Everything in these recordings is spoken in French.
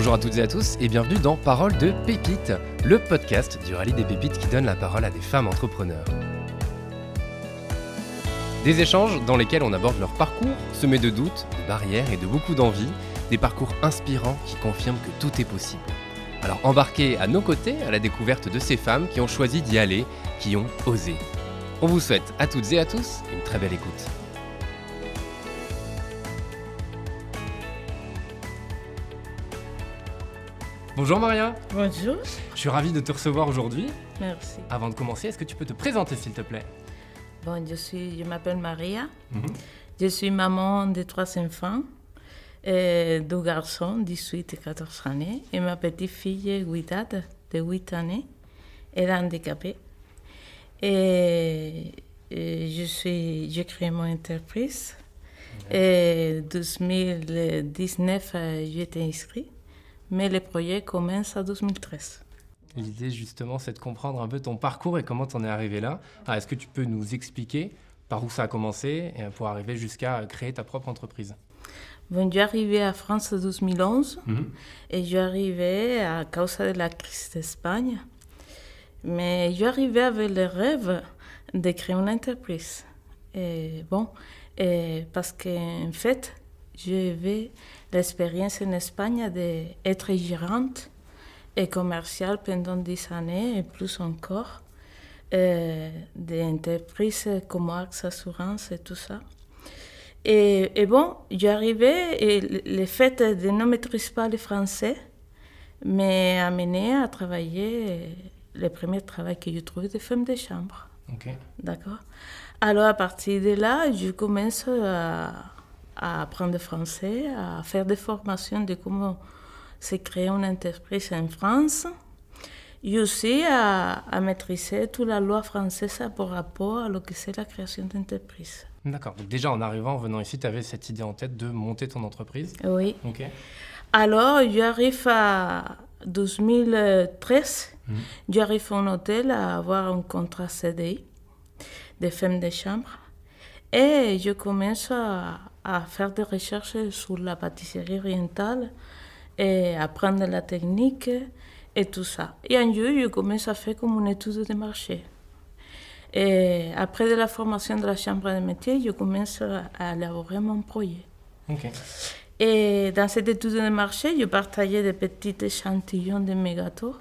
Bonjour à toutes et à tous et bienvenue dans Parole de Pépites, le podcast du Rallye des Pépites qui donne la parole à des femmes entrepreneurs. Des échanges dans lesquels on aborde leur parcours, semés de doutes, de barrières et de beaucoup d'envie, des parcours inspirants qui confirment que tout est possible. Alors embarquez à nos côtés à la découverte de ces femmes qui ont choisi d'y aller, qui ont osé. On vous souhaite à toutes et à tous une très belle écoute. Bonjour Maria. Bonjour. Je suis ravi de te recevoir aujourd'hui. Merci. Avant de commencer, est-ce que tu peux te présenter s'il te plaît ? Bon, je m'appelle Maria. Je suis maman de 3 enfants, 2 garçons, 18 et 14 années, et ma petite fille, Guidad, de 8 années, elle est handicapée. Et j'ai créé mon entreprise. Et 2019, j'ai été inscrite, mais le projet commence en 2013. L'idée justement, c'est de comprendre un peu ton parcours et comment tu en es arrivé là. Alors, est-ce que tu peux nous expliquer par où ça a commencé pour arriver jusqu'à créer ta propre entreprise ? Bon, je suis arrivée à France en 2011 et je suis arrivée à cause de la crise d'Espagne. Mais je suis arrivée avec le rêve de créer une entreprise. Parce qu'en fait, j'avais l'expérience en Espagne d'être gérante et commerciale pendant 10 années et plus encore, d'entreprises comme Axe Assurance et tout ça. Et bon, j'arrivais et le fait de ne maîtriser pas le français m'a amené à travailler le premier travail que j'ai trouvé de femme de chambre. Okay. D'accord. Alors à partir de là, je commence à apprendre le français, à faire des formations de comment se créer une entreprise en France. Et aussi à maîtriser toute la loi française par rapport à ce que c'est la création d'entreprise. D'accord. Donc déjà, en arrivant, en venant ici, tu avais cette idée en tête de monter ton entreprise ? Oui. Ok. Alors, j'arrive à 2013, j'arrive en hôtel à avoir un contrat CDI de femme de chambre. Et je commence à faire des recherches sur la pâtisserie orientale et apprendre la technique et tout ça. Et un jour, je commence à faire comme une étude de marché. Et après de la formation de la chambre de métier, je commence à élaborer mon projet. Okay. Et dans cette étude de marché, je partageais des petits échantillons de mes gâteaux.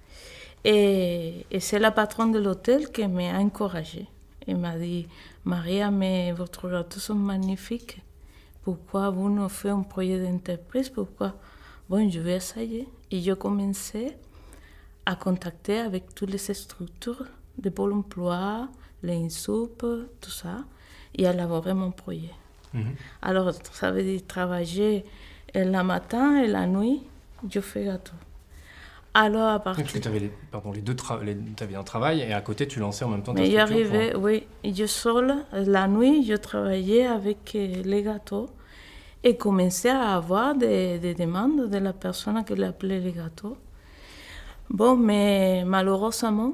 Et c'est la patronne de l'hôtel qui m'a encouragée. Elle m'a dit, Maria, mais votre gâteaux sont magnifiques. Pourquoi vous ne faites un projet d'entreprise? Pourquoi? Bon, je vais essayer. Et je commençais à contacter avec toutes les structures de Pôle emploi, les INSOUP, tout ça, et à élaborer mon projet. Alors, ça veut dire travailler le matin et la nuit, je fais gâteau. Alors, à partir... Parce que tu avais t'avais un travail et à côté, tu lançais en même temps ta structure. Mais j'arrivais, oui, je seule, la nuit, je travaillais avec les gâteaux et commençais à avoir des demandes de la personne qui l'appelait les gâteaux. Bon, mais malheureusement,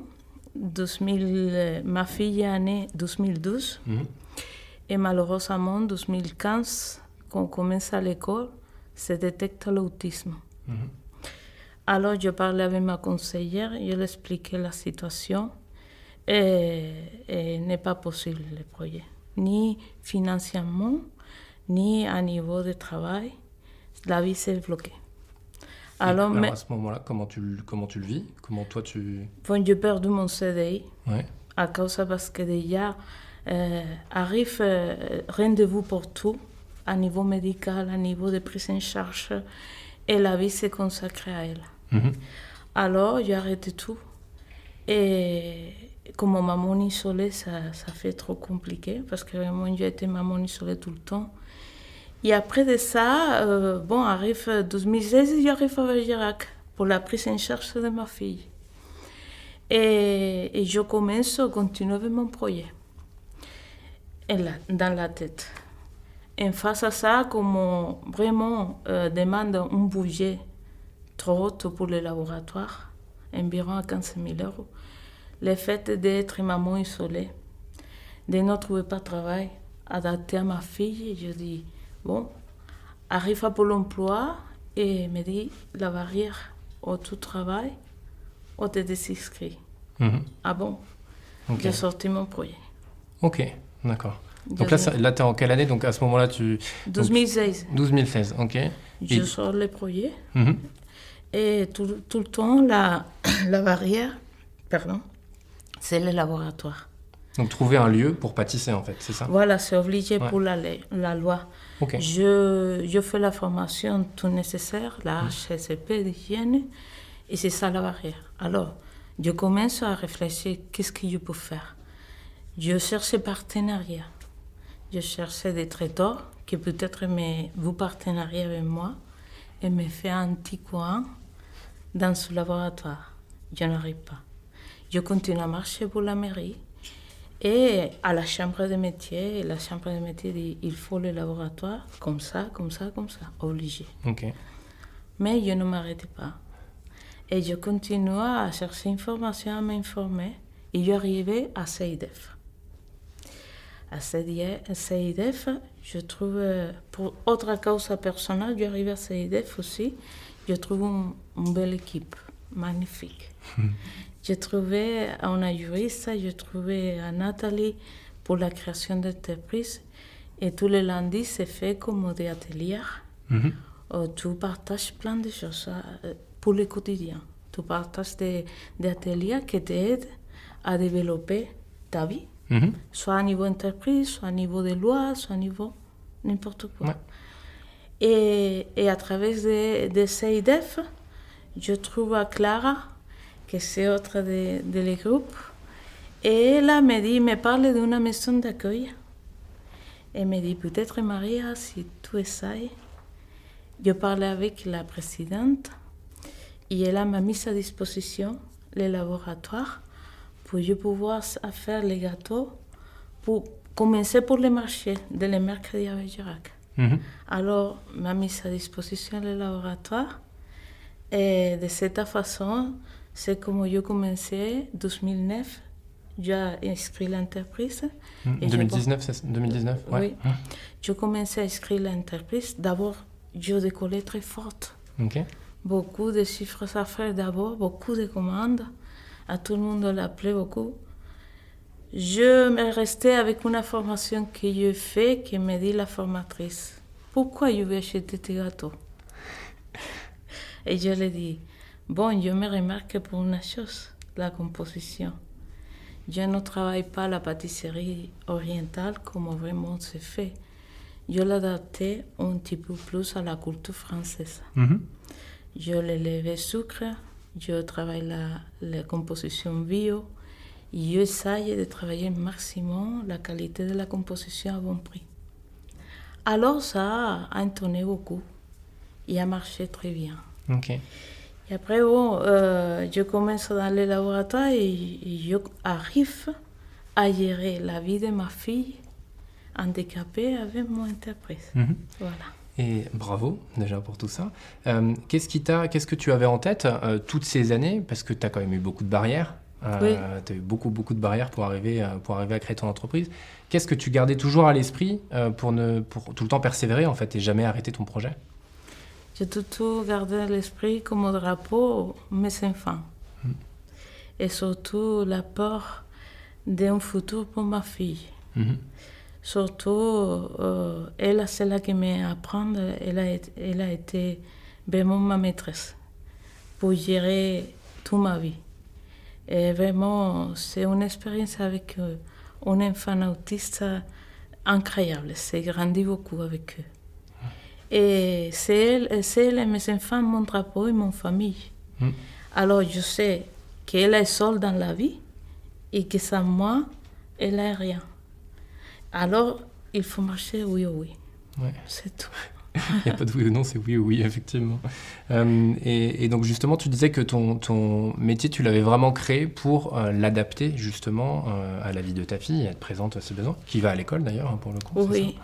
ma fille est née en 2012 et malheureusement, en 2015, quand on commence à l'école, se détecte l'autisme. Alors, je parlais avec ma conseillère, je lui expliquais la situation et n'est pas possible le projet, ni financièrement, ni à niveau de travail. La vie s'est bloquée. Alors à ce moment-là, comment tu le vis ? Comment toi tu... Bon, j'ai perdu mon CDI à cause parce que déjà arrive rendez-vous pour tout, à niveau médical, à niveau de prise en charge, et la vie s'est consacrée à elle. Alors, j'ai arrêté tout. Et comme maman isolée, ça fait trop compliqué, parce que vraiment, j'ai été maman isolée tout le temps. Et après de ça, arrive 2016, j'arrive à Bergerac pour la prise en charge de ma fille. Et je commence à continuer avec mon projet. Et là, dans la tête. En face à ça, comme on vraiment demande un budget trop haut pour le laboratoire, environ 15 000 €, le fait d'être maman isolée, de ne trouver pas de travail adapté à ma fille, je dis, bon, arrive à Pôle emploi et il me dit la barrière où tu travailles, où tu es désinscrit. Ah bon? Ok. J'ai sorti mon projet. Ok, d'accord. Donc là, tu es en quelle année? Donc à ce moment-là, 2016. 2016, ok. Je sors le projet. Et tout le temps, la barrière, c'est le laboratoire. Donc trouver un lieu pour pâtisser, en fait, c'est ça? Voilà, c'est obligé pour la loi. Ok. Je fais la formation tout nécessaire, la HSCP d'hygiène, et c'est ça la barrière. Alors, je commence à réfléchir, qu'est-ce que je peux faire? Je cherche des partenariats. Je cherche des traiteurs qui peut-être vous partenarier avec moi et me fait un petit coin dans ce laboratoire. Je n'arrive pas. Je continue à marcher pour la mairie et à la chambre de métier. La chambre de métier dit il faut le laboratoire comme ça, obligé. Ok. Mais je ne m'arrêtais pas. Et je continue à chercher information, à m'informer. Et je arrivais à CIDEF. À CIDEF, je trouve, pour autre cause personnelle, je arrive à CIDEF aussi. Je trouve une belle équipe, magnifique. J'ai trouvé une juriste, j'ai trouvé Nathalie pour la création d'entreprise. Et tous les lundis, c'est fait comme des ateliers. Tu partages plein de choses pour le quotidien. Tu partages des ateliers qui t'aident à développer ta vie. Soit à niveau entreprise, soit à niveau de loi, soit à niveau n'importe quoi. Ouais. Et à travers de CIDEF, je trouve Clara, que c'est autre de les groupes. Et elle me parle d'une maison d'accueil. Elle me dit, peut-être Maria, si tu essayes. Je parlais avec la présidente et elle m'a mis à disposition les laboratoires pour je pouvoir faire les gâteaux pour commencer pour le marché de le mercredi avec Girac. Alors, m'a mis à disposition les laboratoires et de cette façon, c'est comme je commençais en 2009. J'ai inscrit l'entreprise. 2019, c'est 2019, ouais. Oui. Je commençais à inscrire l'entreprise. D'abord, je décollais très forte. Okay. Beaucoup de chiffres d'affaires d'abord, beaucoup de commandes. À tout le monde l'appelait beaucoup. Je me restais avec une formation que je fais, qui me dit la formatrice. Pourquoi je vais acheter tes gâteaux? Et je lui dis, bon, je me remarque pour une chose, la composition. Je ne travaille pas la pâtisserie orientale comme vraiment c'est fait. Je l'adaptais un petit peu plus à la culture française. Je l'élevais sucre, je travaille la composition bio, et j'essaye de travailler au maximum la qualité de la composition à bon prix. Alors ça a étonné beaucoup et a marché très bien. Okay. Et après, bon, je commence dans le laboratoire et je arrive à gérer la vie de ma fille handicapée avec mon entreprise. Voilà. Et bravo déjà pour tout ça. Qu'est-ce que tu avais en tête toutes ces années? Parce que tu as quand même eu beaucoup de barrières. Oui. Tu as eu beaucoup de barrières pour arriver à créer ton entreprise. Qu'est-ce que tu gardais toujours à l'esprit pour tout le temps persévérer en fait et jamais arrêter ton projet? J'ai tout gardé à l'esprit comme drapeau mes enfants. Et surtout l'apport d'un futur pour ma fille. Surtout, elle, c'est celle qui m'a appris, elle a été vraiment ma maîtresse pour gérer toute ma vie. Et vraiment, c'est une expérience avec un enfant autiste incroyable. C'est grandi beaucoup avec eux. Et c'est elle et mes enfants, mon drapeau et mon famille. Alors je sais qu'elle est seule dans la vie et que sans moi, elle n'a rien. Alors il faut marcher oui ou oui. Ouais. C'est tout. Il n'y a pas de oui ou non, c'est oui ou oui, effectivement. Et donc justement, tu disais que ton métier, tu l'avais vraiment créé pour l'adapter justement à la vie de ta fille, à être présente à ses besoins, qui va à l'école d'ailleurs, hein, pour le coup. Oui.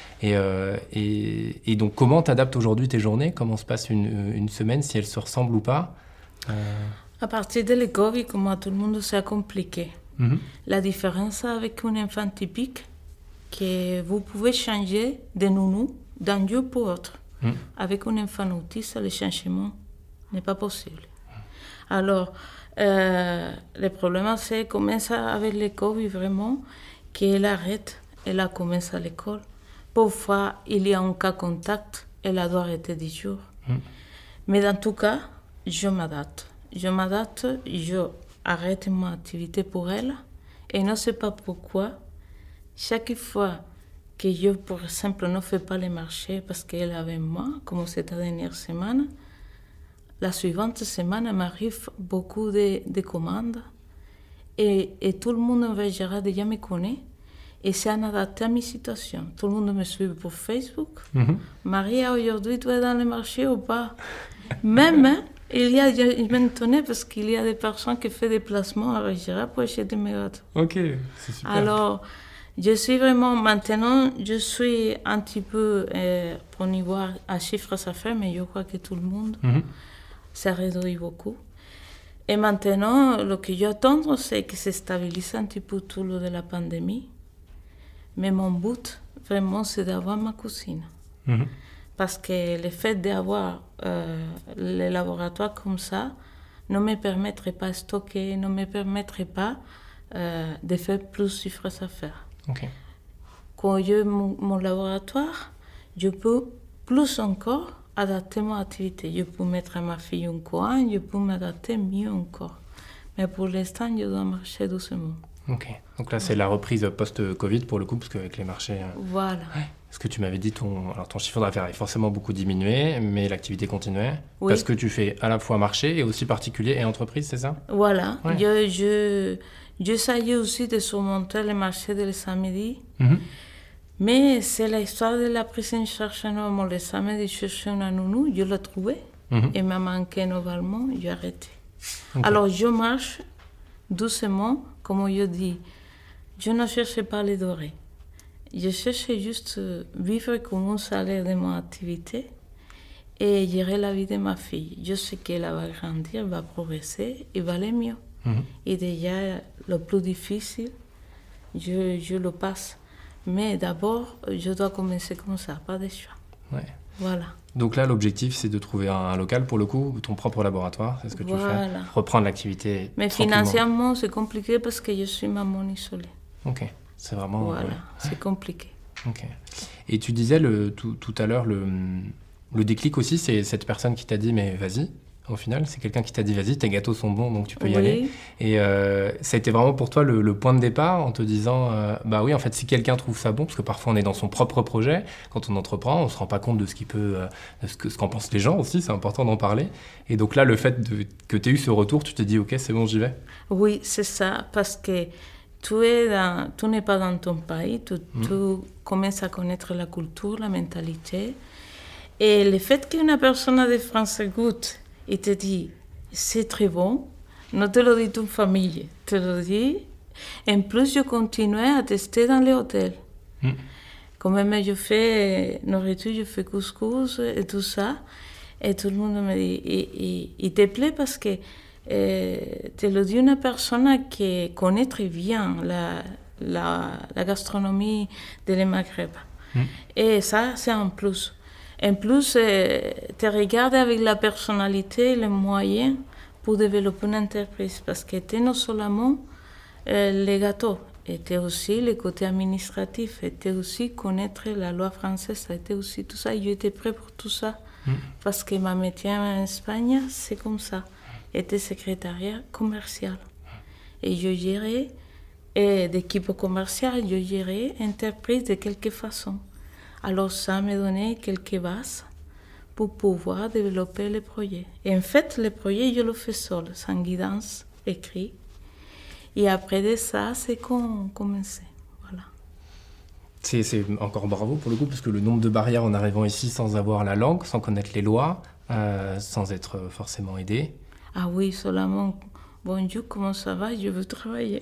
Et donc, comment tu adaptes aujourd'hui tes journées? Comment se passe une semaine, si elle se ressemble ou pas? À partir de l'école, comme tout le monde, c'est compliqué. La différence avec un enfant typique, que vous pouvez changer de nounou d'un jour pour l'autre. Avec un enfant autiste, le changement n'est pas possible. Alors, le problème, c'est comment ça, avec le Covid, vraiment, qu'elle arrête, elle a commencé à l'école. Parfois, il y a un cas contact, elle doit arrêter 10 jours. Mais dans tout cas, je m'adapte. Je arrête mon activité pour elle. Et je ne sais pas pourquoi, chaque fois que je, par exemple, ne fais pas les marchés parce qu'elle est avec moi, comme cette dernière semaine, la suivante semaine, il m'arrive beaucoup de commandes. Et tout le monde en Vaigera déjà me connaît. Et c'est adapté à mes situations. Tout le monde me suit pour Facebook. Maria, aujourd'hui, tu es dans le marché ou pas? Même, je m'étonnais parce qu'il y a des personnes qui font des placements à Vaigera pour acheter mes gâteaux. Ok, c'est super. Alors, je suis vraiment, maintenant, je suis un petit peu, pour niveau à chiffres à faire, mais je crois que tout le monde, ça réduit beaucoup. Et maintenant, ce que j'attends, c'est que se stabilise un petit peu tout le de la pandémie. Mais mon but, vraiment, c'est d'avoir ma cousine. Parce que le fait d'avoir les laboratoires comme ça ne me permettrait pas de stocker, ne me permettrait pas de faire plus de chiffres à faire. Okay. Quand j'ai mon laboratoire, je peux plus encore adapter mon activité. Je peux mettre à ma fille un coin, je peux m'adapter mieux encore. Mais pour l'instant, je dois marcher doucement. Ok, donc là c'est la reprise post-Covid pour le coup, parce qu'avec les marchés... Voilà. Ouais. Ce que tu m'avais dit, ton chiffre d'affaires est forcément beaucoup diminué, mais l'activité continuait. Oui. Parce que tu fais à la fois marché et aussi particulier et entreprise, c'est ça? Voilà. Ouais. J'essayais aussi de surmonter le marché de le samedi. Mais c'est l'histoire de la prise en charge. Le samedi, je cherchais une nounou, je l'ai trouvée. Et m'a manqué nouvellement, j'ai arrêté. Okay. Alors je marche doucement, comme je dis. Je ne cherche pas les dorés. Je cherche juste vivre comme un salaire de mon activité et gérer la vie de ma fille. Je sais qu'elle va grandir, va progresser et va aller mieux. Et déjà, le plus difficile, je le passe. Mais d'abord, je dois commencer comme ça, pas de choix. Ouais. Voilà. Donc là, l'objectif, c'est de trouver un local pour le coup, ton propre laboratoire, c'est ce que tu fais. Reprendre l'activité. Mais financièrement, c'est compliqué parce que je suis maman isolée. Ok. C'est vraiment... Voilà, c'est compliqué. Ok. Et tu disais tout à l'heure, le déclic aussi, c'est cette personne qui t'a dit « mais vas-y ». Au final, c'est quelqu'un qui t'a dit « vas-y, tes gâteaux sont bons, donc tu peux y aller ». Et ça a été vraiment pour toi le point de départ en te disant « bah oui, en fait, si quelqu'un trouve ça bon », parce que parfois on est dans son propre projet, quand on entreprend, on ne se rend pas compte de ce qu'il peut, de ce qu'en pensent les gens aussi, c'est important d'en parler. Et donc là, le fait que tu aies eu ce retour, tu t'es dit « ok, c'est bon, j'y vais ». Oui, c'est ça, parce que tu n'es pas dans ton pays, tu commences à connaître la culture, la mentalité. Et le fait qu'une personne de France goûte et te dit c'est très bon, ne te le dit ton famille, te le dit. En plus, je continuais à tester dans les hôtels. Quand même, je fais nourriture, je fais couscous et tout ça. Et tout le monde me dit il te plaît parce que te le dit une personne qui connaît très bien la gastronomie de le Maghreb. Et ça, c'est un plus. En plus, tu regardes avec la personnalité et les moyens pour développer une entreprise. Parce que tu non seulement les gâteaux, était aussi le côté administratif, était aussi connaître la loi française, était aussi tout ça. J'étais prêt pour tout ça. Parce que ma métier en Espagne, c'est comme ça. Était secrétariat commercial. Et je gérais d'équipe commerciale, je gérais entreprise de quelque façon. Alors ça me donnait quelques bases pour pouvoir développer les projets. Et en fait, les projets, je le fais seul, sans guidance écrite. Et après de ça, c'est qu'on commençait. Voilà. C'est encore bravo pour le coup, parce que le nombre de barrières en arrivant ici sans avoir la langue, sans connaître les lois, sans être forcément aidé. Ah oui, seulement, bonjour, comment ça va? Je veux travailler.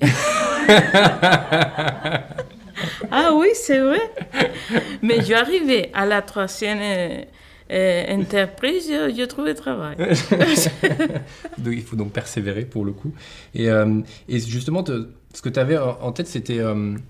Ah oui, c'est vrai. Mais j'arrivais à la troisième entreprise, je trouvais travail. Donc, il faut donc persévérer pour le coup. Et justement, ce que tu avais en tête, c'était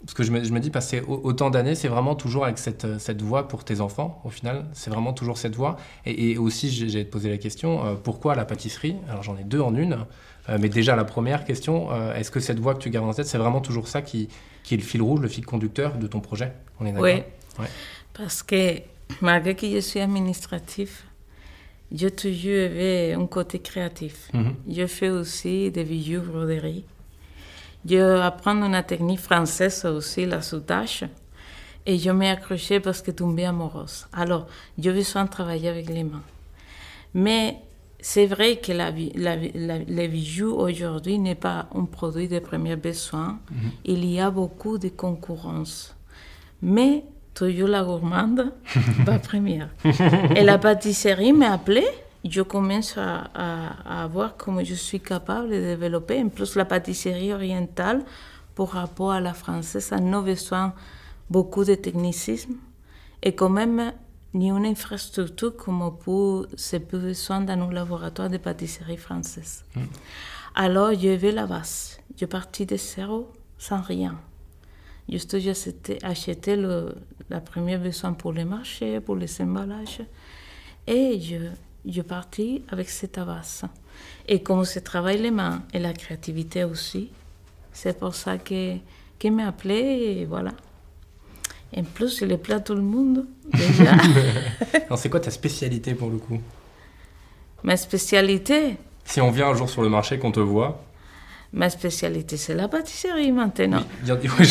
Parce que je me dis, passer autant d'années, c'est vraiment toujours avec cette voie pour tes enfants, au final. C'est vraiment toujours cette voie. Et aussi, j'allais te poser la question, pourquoi la pâtisserie? Alors, j'en ai deux en une. Mais déjà, la première question, est-ce que cette voie que tu gardes en tête, c'est vraiment toujours ça qui est le fil rouge, le fil conducteur de ton projet? On est d'accord? Oui, parce que malgré que je suis administratif, j'ai toujours eu un côté créatif. Je fais aussi des bijoux broderie. Je apprends une technique française aussi, la soudage. Et je m'ai accrochée parce que tombée amoureuse. Alors, j'ai besoin de travailler avec les mains. Mais c'est vrai que les bijoux aujourd'hui n'est pas un produit de premier besoin. Il y a beaucoup de concurrence. Mais toujours la gourmande va première. Et la pâtisserie m'a appelée. Je commence à voir comment je suis capable de développer. En plus, la pâtisserie orientale, par rapport à la française, a non besoin beaucoup de technicisme et quand même ni une infrastructure comme c'est plus besoin dans nos laboratoires de pâtisserie française. Alors, je vais la base. Je partis de zéro, sans rien. Juste, j'ai acheté la première besoin pour les marchés, pour les emballages. Et je partis avec cette base. Et comme je travaille les mains et la créativité aussi, c'est pour ça qu'il m'a appelé et voilà. En plus, il est plaît à tout le monde, déjà. Alors, c'est quoi ta spécialité pour le coup? Ma spécialité? Si on vient un jour sur le marché, qu'on te voit... Ma spécialité, c'est la pâtisserie maintenant. Oui,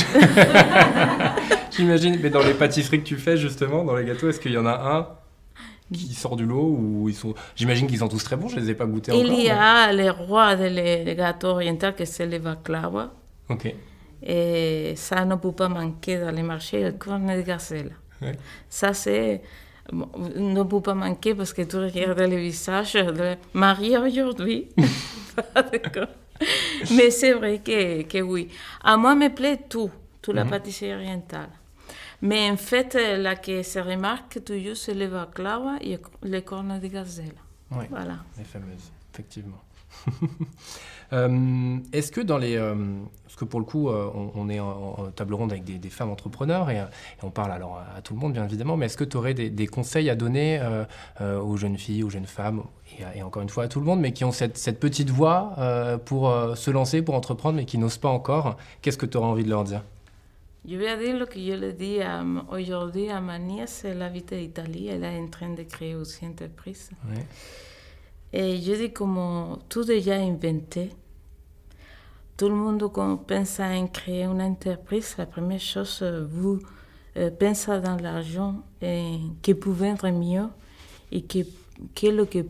j'imagine, mais dans les pâtisseries que tu fais, justement, dans les gâteaux, est-ce qu'il y en a un qui sort du lot ou ils sont... J'imagine qu'ils sont tous très bons, je ne les ai pas goûtés encore. Il y a les rois des gâteaux orientaux, que c'est les baklava. Ok. Et ça ne peut pas manquer dans les marchés, le corne de gazelle. Ouais. Ça, c'est... Bon, ne peut pas manquer parce que tu regardes le visage de Marie aujourd'hui. D'accord. Mais c'est vrai que oui. À moi, me plaît toute la pâtisserie orientale. Mais en fait, la qui se remarque toujours, c'est les baklava et les cornes de gazelle. Oui, voilà. Les fameuses, effectivement. Est-ce que dans les... parce que pour le coup, on est en table ronde avec des femmes entrepreneurs et on parle alors à tout le monde, bien évidemment, mais est-ce que tu aurais des conseils à donner aux jeunes filles, aux jeunes femmes, et encore une fois à tout le monde, mais qui ont cette petite voix pour se lancer, pour entreprendre, mais qui n'osent pas encore? Qu'est-ce que tu aurais envie de leur dire? Je vais dire ce que je le dis aujourd'hui à ma nièce, elle habite en Italie, elle est en train de créer aussi une entreprise. Ouais. Et je dis comme tout déjà inventé, tout le monde quand pense à créer une entreprise, la première chose, vous pensez dans l'argent qui peut vendre mieux et qui est le que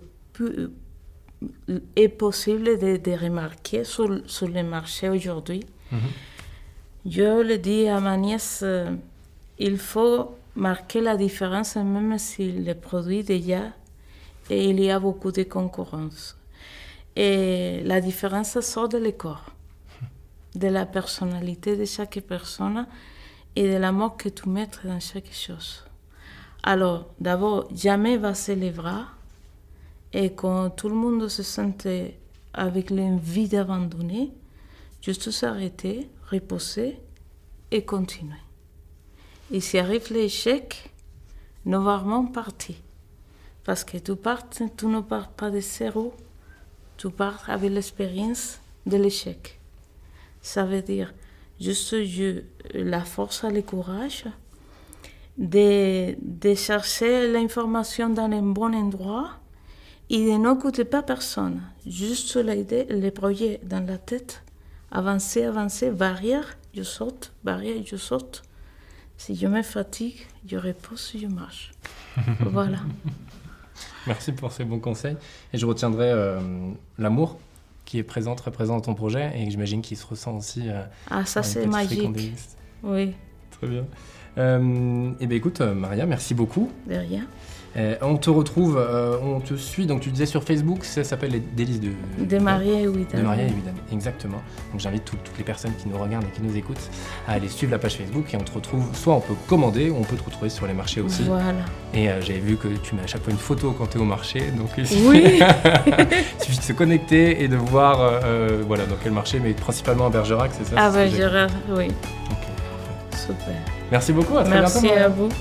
est possible de remarquer sur le marché aujourd'hui. Je le dis à ma nièce, il faut marquer la différence même si les produits déjà, et il y a beaucoup de concurrence. Et la différence sort de l'écorce, de la personnalité de chaque personne et de l'amour que tu mets dans chaque chose. Alors, d'abord, jamais baisser les bras et quand tout le monde se sent avec l'envie d'abandonner, juste s'arrêter, reposer et continuer. Et si arrive l'échec, nous vraiment partir. Parce que tu ne pars pas de zéro, tu pars avec l'expérience de l'échec. Ça veut dire juste la force et le courage de chercher l'information dans un bon endroit et de n'écouter pas personne. Juste l'idée, le projet dans la tête, avancer, barrière, je saute, barrière, je saute. Si je me fatigue, je repose, je marche. Voilà. Merci pour ces bons conseils. Et je retiendrai l'amour qui est très présent dans ton projet et que j'imagine qu'il se ressent aussi. Ça c'est magique. Oui. Très bien. Eh bien écoute, Maria, merci beaucoup. De rien. On te retrouve, on te suit, donc tu disais sur Facebook, ça s'appelle les délices de Maria et Widam. De Maria et Widam, exactement. Donc j'invite toutes les personnes qui nous regardent et qui nous écoutent à aller suivre la page Facebook et on te retrouve, soit on peut commander, ou on peut te retrouver sur les marchés aussi. Voilà. Et j'avais vu que tu mets à chaque fois une photo quand tu es au marché, donc oui. Il suffit de se connecter et de voir voilà, dans quel marché, mais principalement à Bergerac, c'est ça? À Bergerac, oui. Ok, parfait. Super. Merci beaucoup, à très bientôt. Merci à vous.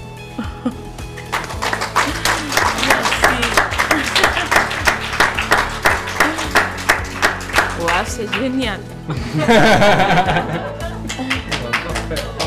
Merci. Wow, c'est génial.